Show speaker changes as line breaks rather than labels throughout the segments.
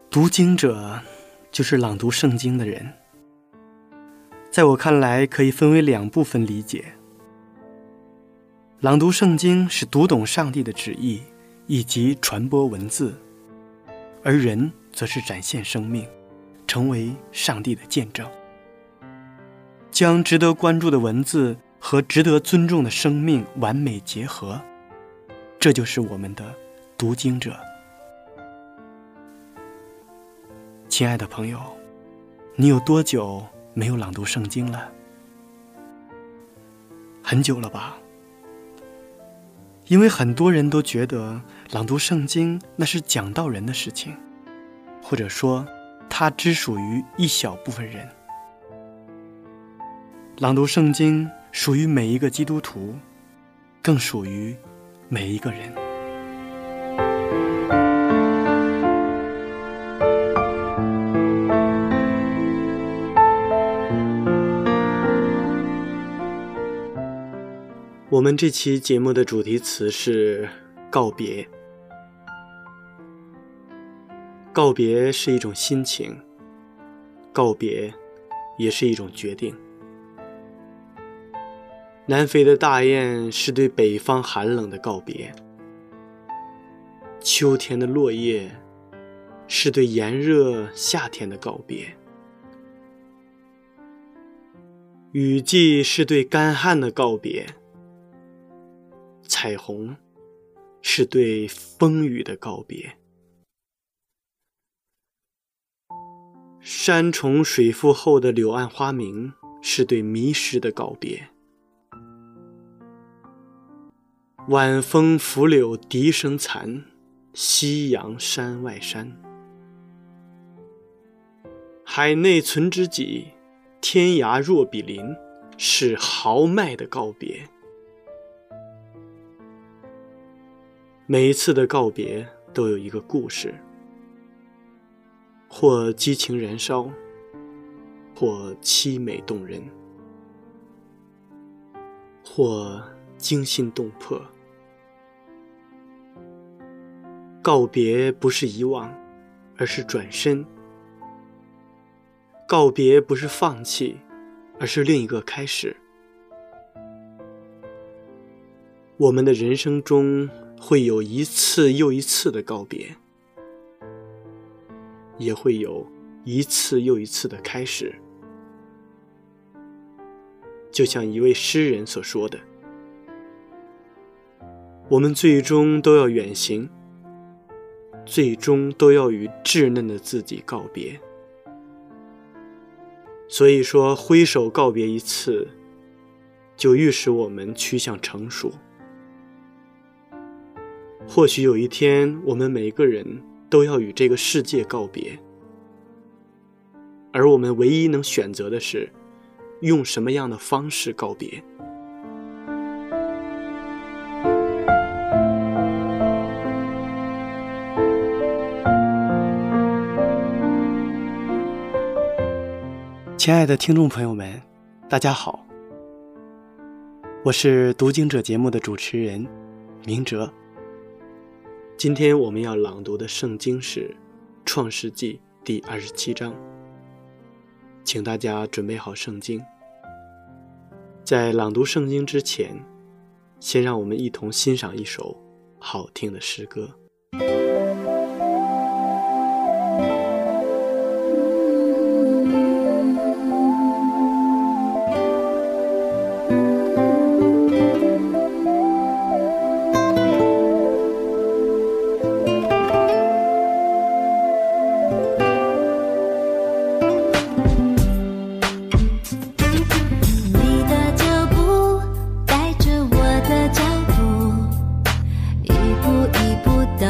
读经者就是朗读圣经的人。在我看来，可以分为2部分理解。朗读圣经是读懂上帝的旨意以及传播文字，而人则是展现生命，成为上帝的见证，将值得关注的文字和值得尊重的生命完美结合，这就是我们的读经者。亲爱的朋友，你有多久没有朗读圣经了？很久了吧？因为很多人都觉得朗读圣经那是讲道人的事情，或者说它只属于一小部分人。朗读圣经属于每一个基督徒，更属于每一个人。我们这期节目的主题词是告别。告别是一种心情，告别也是一种决定。南飞的大雁是对北方寒冷的告别，秋天的落叶是对炎热夏天的告别，雨季是对干旱的告别，彩虹是对风雨的告别，山重水复后的柳暗花明是对迷失的告别，晚风拂柳笛声残，夕阳山外山，海内存知己，天涯若比邻是豪迈的告别。每一次的告别都有一个故事，或激情燃烧，或凄美动人，或惊心动魄。告别不是遗忘，而是转身；告别不是放弃，而是另一个开始。我们的人生中会有一次又一次的告别，也会有一次又一次的开始。就像一位诗人所说的，我们最终都要远行，最终都要与稚嫩的自己告别。所以说，挥手告别一次，就预示我们趋向成熟。或许有一天，我们每个人都要与这个世界告别，而我们唯一能选择的是，用什么样的方式告别。亲爱的听众朋友们，大家好，我是读经者节目的主持人明哲。今天我们要朗读的圣经是创世纪第27章，请大家准备好圣经。在朗读圣经之前，先让我们一同欣赏一首好听的诗歌。
一步一步地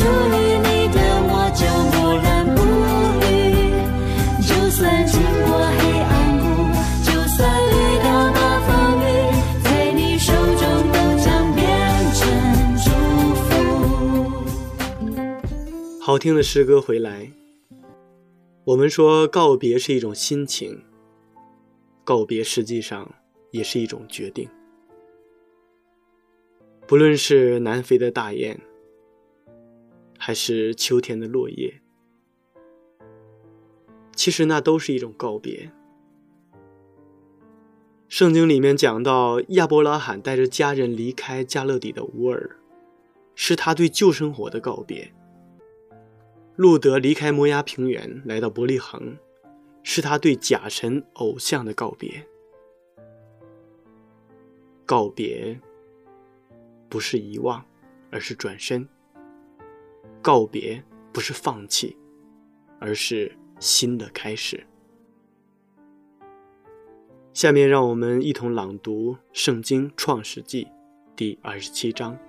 于你的我就不冷不绿，就算经过黑暗谷，就算遇到暴风雨，在你手中都将变成祝福。
好听的诗歌回来，我们说告别是一种心情，告别实际上也是一种决定。不论是南飞的大雁，还是秋天的落叶，其实那都是一种告别。圣经里面讲到亚伯拉罕带着家人离开加勒底的乌尔，是他对旧生活的告别。路德离开摩押平原来到伯利恒，是他对假神偶像的告别。告别不是遗忘，而是转身。告别不是放弃，而是新的开始。下面让我们一同朗读圣经创世纪第27章。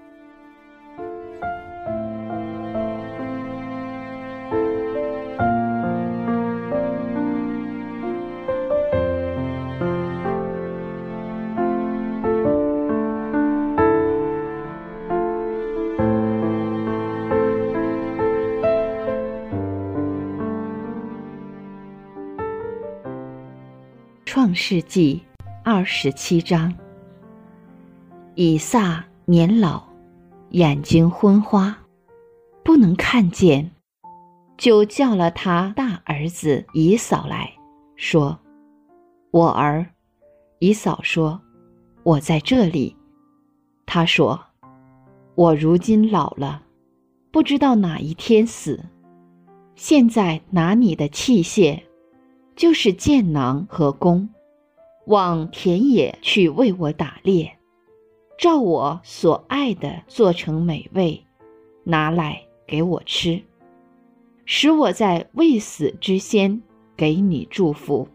创世纪27章。以撒年老，眼睛昏花，不能看见，就叫了他大儿子以扫来，说：我儿。以扫说：我在这里。他说：我如今老了，不知道哪一天死，现在拿你的器械，就是箭囊和弓，往田野去为我打猎，照我所爱的做成美味，拿来给我吃，使我在未死之先给你祝福。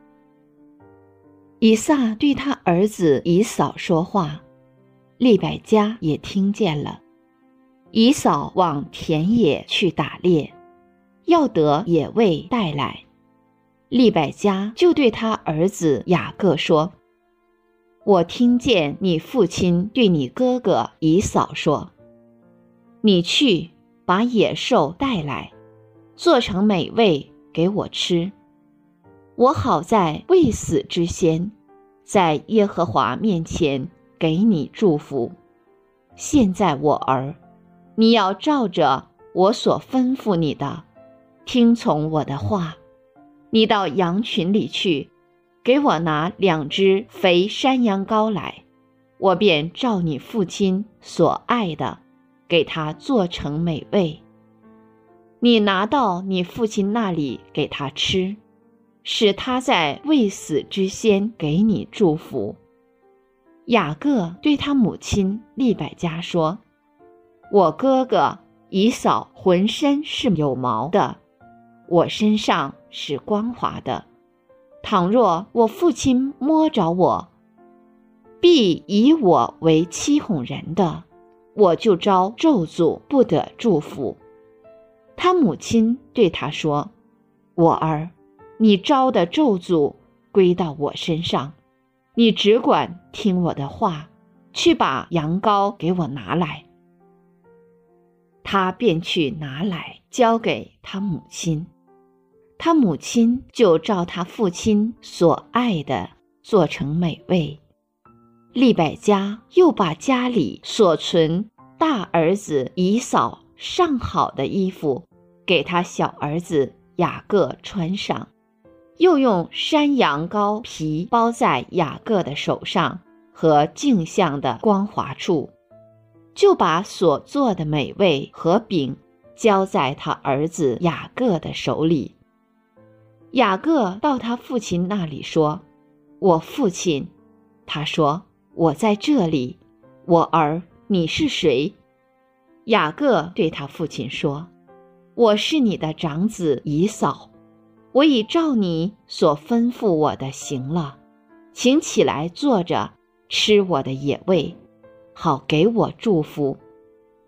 以撒对他儿子以扫说话，利百加也听见了。以扫往田野去打猎，要得野味带来。利百加就对他儿子雅各说：我听见你父亲对你哥哥以扫说，你去把野兽带来，做成美味给我吃，我好在未死之先，在耶和华面前给你祝福。现在我儿，你要照着我所吩咐你的，听从我的话。你到羊群里去，给我拿2只肥山羊羔来，我便照你父亲所爱的，给他做成美味。你拿到你父亲那里给他吃，使他在未死之先给你祝福。雅各对他母亲利百加说：我哥哥以扫浑身是有毛的，我身上是光滑的，倘若我父亲摸着我，必以我为欺哄人的，我就招咒诅，不得祝福。他母亲对他说：我儿，你招的咒诅归到我身上，你只管听我的话，去把羊羔给我拿来。他便去拿来，交给他母亲。他母亲就照他父亲所爱的做成美味。利百加又把家里所存大儿子以扫上好的衣服给他小儿子雅各穿上，又用山羊羔皮包在雅各的手上和颈项的光滑处，就把所做的美味和饼交在他儿子雅各的手里。雅各到他父亲那里说：我父亲。他说：我在这里。我儿，你是谁？雅各对他父亲说：我是你的长子以扫，我已照你所吩咐我的行了，请起来坐着吃我的野味，好给我祝福。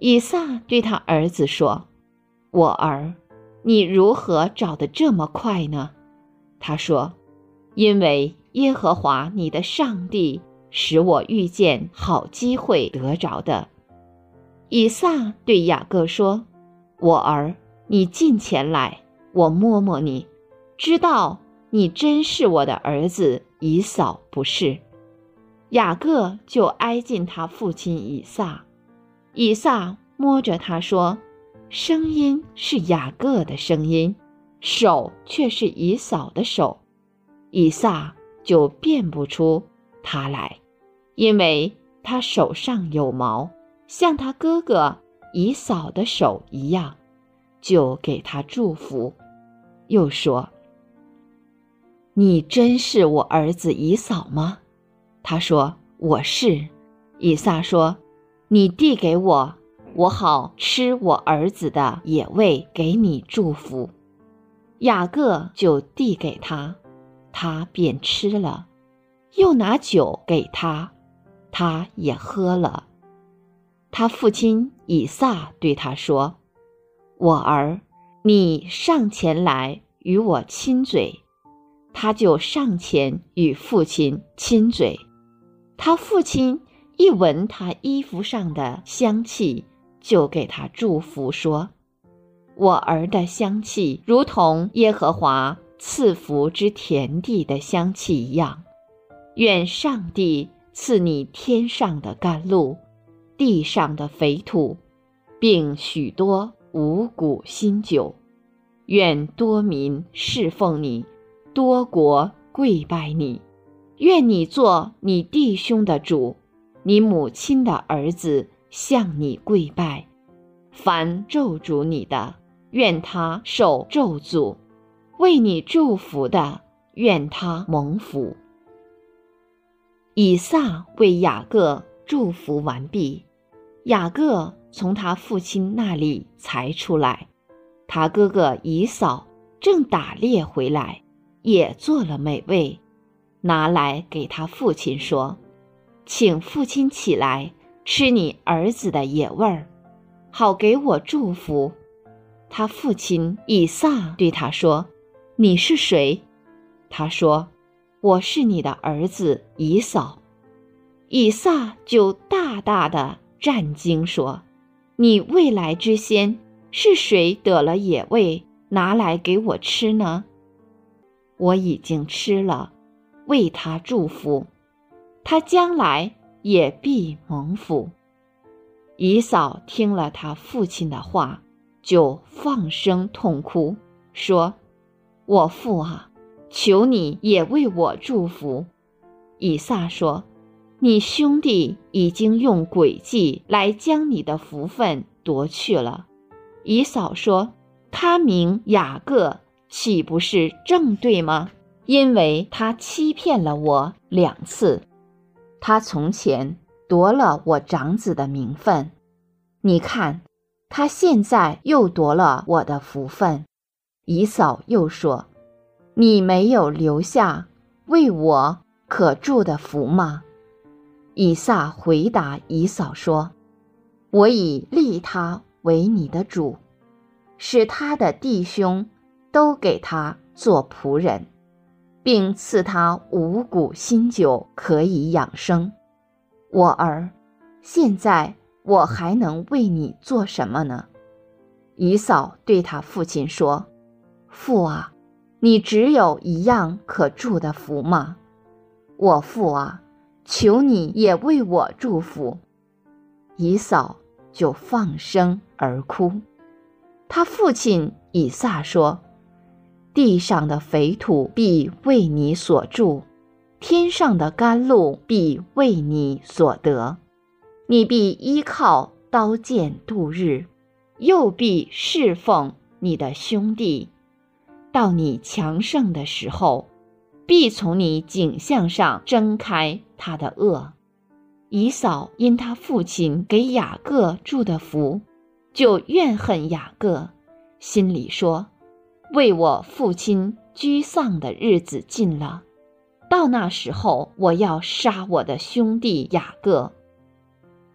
以撒对他儿子说：我儿，你如何找得这么快呢？他说：因为耶和华你的上帝使我遇见好机会得着的。以撒对雅各说：我儿，你近前来，我摸摸你，知道你真是我的儿子以扫，不是？雅各就挨近他父亲以撒，以撒摸着他说：声音是雅各的声音，手却是以扫的手。以撒就辨不出他来，因为他手上有毛，像他哥哥以扫的手一样，就给他祝福，又说：你真是我儿子以扫吗？他说：我是。以撒说：你递给我，我好吃我儿子的野味，给你祝福。雅各就递给他，他便吃了，又拿酒给他，他也喝了。他父亲以撒对他说：我儿，你上前来与我亲嘴。他就上前与父亲亲嘴。他父亲一闻他衣服上的香气，就给他祝福说：我儿的香气如同耶和华赐福之田地的香气一样，愿上帝赐你天上的甘露，地上的肥土，并许多五谷新酒。愿多民侍奉你，多国跪拜你。愿你做你弟兄的主，你母亲的儿子向你跪拜。凡咒诅你的，愿他受咒诅；为你祝福的，愿他蒙福。以撒为雅各祝福完毕，雅各从他父亲那里才出来。他哥哥以扫正打猎回来，也做了美味，拿来给他父亲说：请父亲起来吃你儿子的野味儿，好给我祝福。他父亲以撒对他说：你是谁？他说：我是你的儿子以扫。以撒就大大的战惊说：你未来之先，是谁得了野味拿来给我吃呢？我已经吃了，为他祝福，他将来也必蒙福。以扫听了他父亲的话，就放声痛哭，说：我父啊，求你也为我祝福。以撒说：你兄弟已经用诡计来将你的福分夺去了。以扫说：他名雅各，岂不是正对吗？因为他欺骗了我2次。他从前夺了我长子的名分，你看，他现在又夺了我的福分。以扫又说：你没有留下为我可祝的福吗？以撒回答以扫说：我已立他为你的主，使他的弟兄都给他做仆人，并赐他五谷新酒可以养生。我儿，现在我还能为你做什么呢？以扫对他父亲说：父啊，你只有一样可祝的福吗？我父啊，求你也为我祝福。以扫就放声而哭。他父亲以撒说：地上的肥土必为你所住，天上的甘露必为你所得。你必依靠刀剑度日，又必侍奉你的兄弟。到你强盛的时候，必从你颈项上挣开他的轭。以扫因他父亲给雅各祝的福，就怨恨雅各，心里说：为我父亲居丧的日子近了，到那时候我要杀我的兄弟雅各。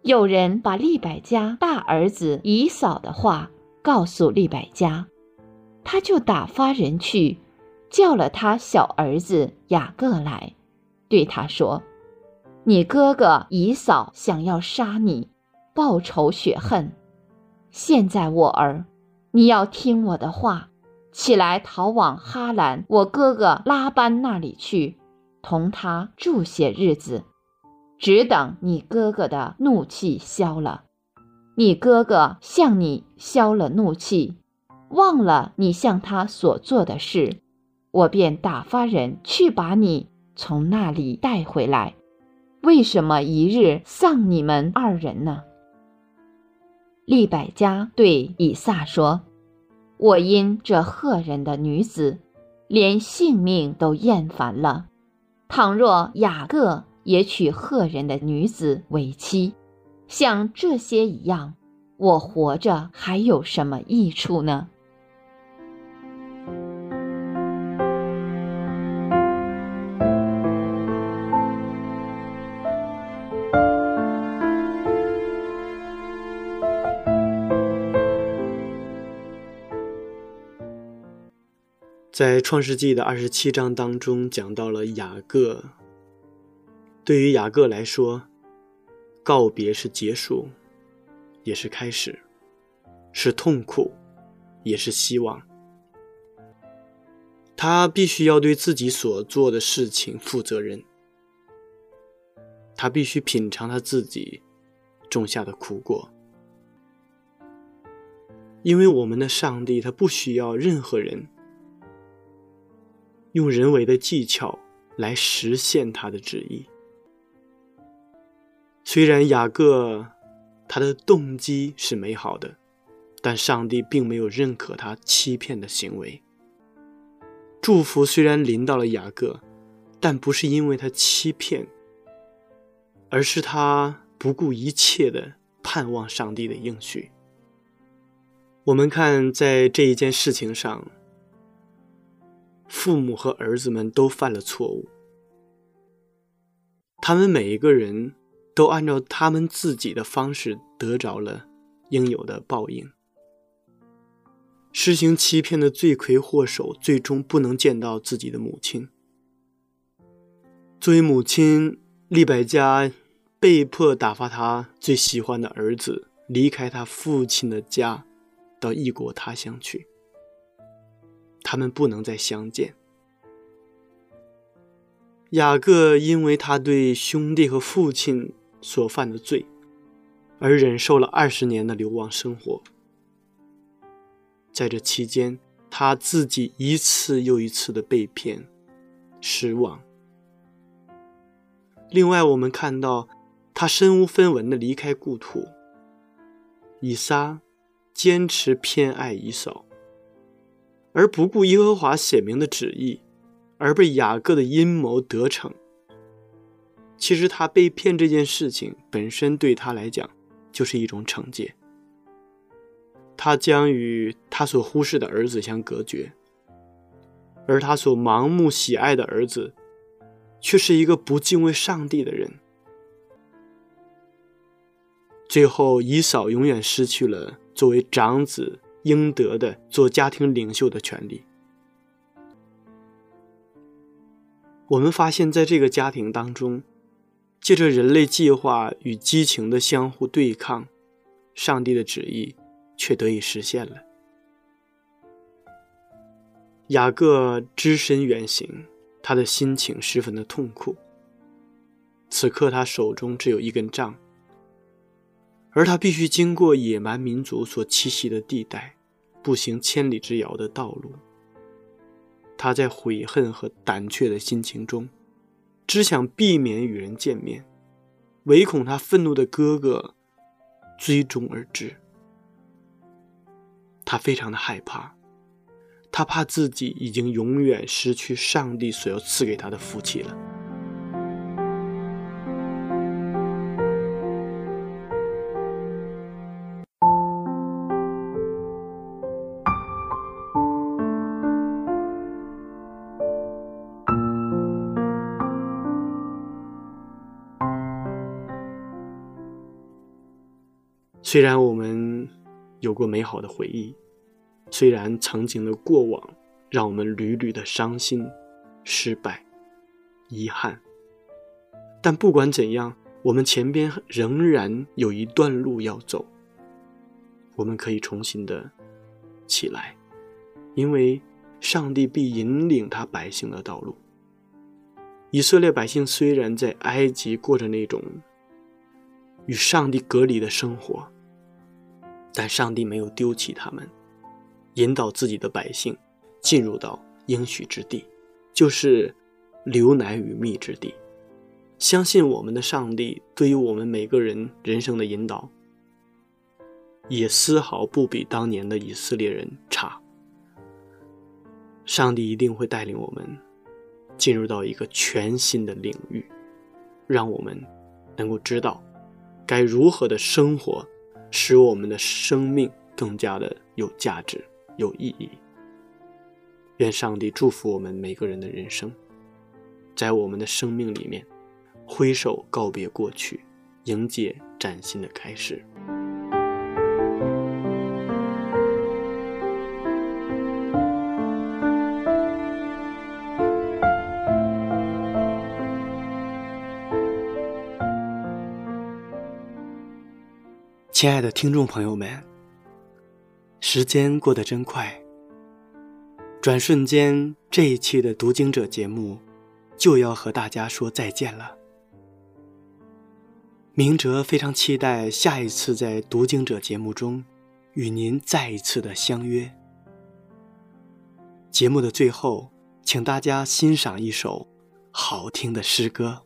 有人把利百加大儿子以扫的话告诉利百加，他就打发人去，叫了他小儿子雅各来，对他说：你哥哥以扫想要杀你，报仇雪恨。现在我儿，你要听我的话，起来逃往哈兰我哥哥拉班那里去，同他住些日子，只等你哥哥的怒气消了。你哥哥向你消了怒气，忘了你向他所做的事，我便打发人去把你从那里带回来。为什么一日丧你们二人呢？利百加对以撒说：我因这赫人的女子，连性命都厌烦了。倘若雅各也娶赫人的女子为妻，像这些一样，我活着还有什么益处呢？
在创世纪的27章当中讲到了雅各。对于雅各来说，告别是结束，也是开始，是痛苦，也是希望。他必须要对自己所做的事情负责任，他必须品尝他自己种下的苦果。因为我们的上帝，他不需要任何人用人为的技巧来实现他的旨意。虽然雅各他的动机是美好的，但上帝并没有认可他欺骗的行为。祝福虽然临到了雅各，但不是因为他欺骗，而是他不顾一切的盼望上帝的应许。我们看在这一件事情上，父母和儿子们都犯了错误，他们每一个人都按照他们自己的方式得着了应有的报应。实行欺骗的罪魁祸首最终不能见到自己的母亲。作为母亲，利百加被迫打发他最喜欢的儿子离开他父亲的家，到异国他乡去。他们不能再相见。雅各因为他对兄弟和父亲所犯的罪，而忍受了20年的流亡生活。在这期间，他自己一次又一次的被骗、失望。另外，我们看到他身无分文的离开故土。以撒坚持偏爱以扫，而不顾耶和华显明的旨意，而被雅各的阴谋得逞。其实他被骗这件事情本身对他来讲就是一种惩戒。他将与他所忽视的儿子相隔绝，而他所盲目喜爱的儿子却是一个不敬畏上帝的人。最后以扫永远失去了作为长子应得的做家庭领袖的权利。我们发现在这个家庭当中，借着人类计划与激情的相互对抗，上帝的旨意却得以实现了。雅各只身远行，他的心情十分的痛苦。此刻他手中只有一根杖，而他必须经过野蛮民族所栖息的地带，步行千里之遥的道路。他在悔恨和胆怯的心情中，只想避免与人见面，唯恐他愤怒的哥哥追踪而至。他非常的害怕，他怕自己已经永远失去上帝所要赐给他的福气了。 虽然我们有过美好的回忆，虽然曾经的过往让我们屡屡的伤心、失败、遗憾，但不管怎样，我们前边仍然有一段路要走。我们可以重新的起来，因为上帝必引领他百姓的道路。以色列百姓虽然在埃及过着那种与上帝隔离的生活，但上帝没有丢弃他们，引导自己的百姓进入到应许之地，就是流奶与蜜之地。相信我们的上帝对于我们每个人人生的引导，也丝毫不比当年的以色列人差。上帝一定会带领我们进入到一个全新的领域，让我们能够知道该如何的生活，使我们的生命更加的有价值、有意义。愿上帝祝福我们每个人的人生，在我们的生命里面挥手告别过去，迎接崭新的开始。亲爱的听众朋友们，时间过得真快，转瞬间这一期的读经者节目就要和大家说再见了。明哲非常期待下一次在读经者节目中与您再一次的相约。节目的最后，请大家欣赏一首好听的诗歌。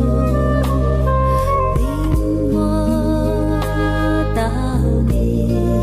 你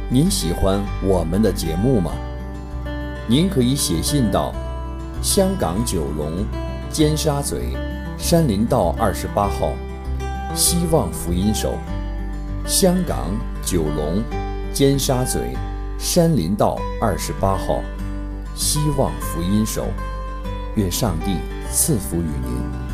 您喜欢我们的节目吗？您可以写信到香港九龙尖沙咀山林道28号，希望福音手。香港九龙尖沙咀山林道28号，希望福音手。愿上帝赐福于您。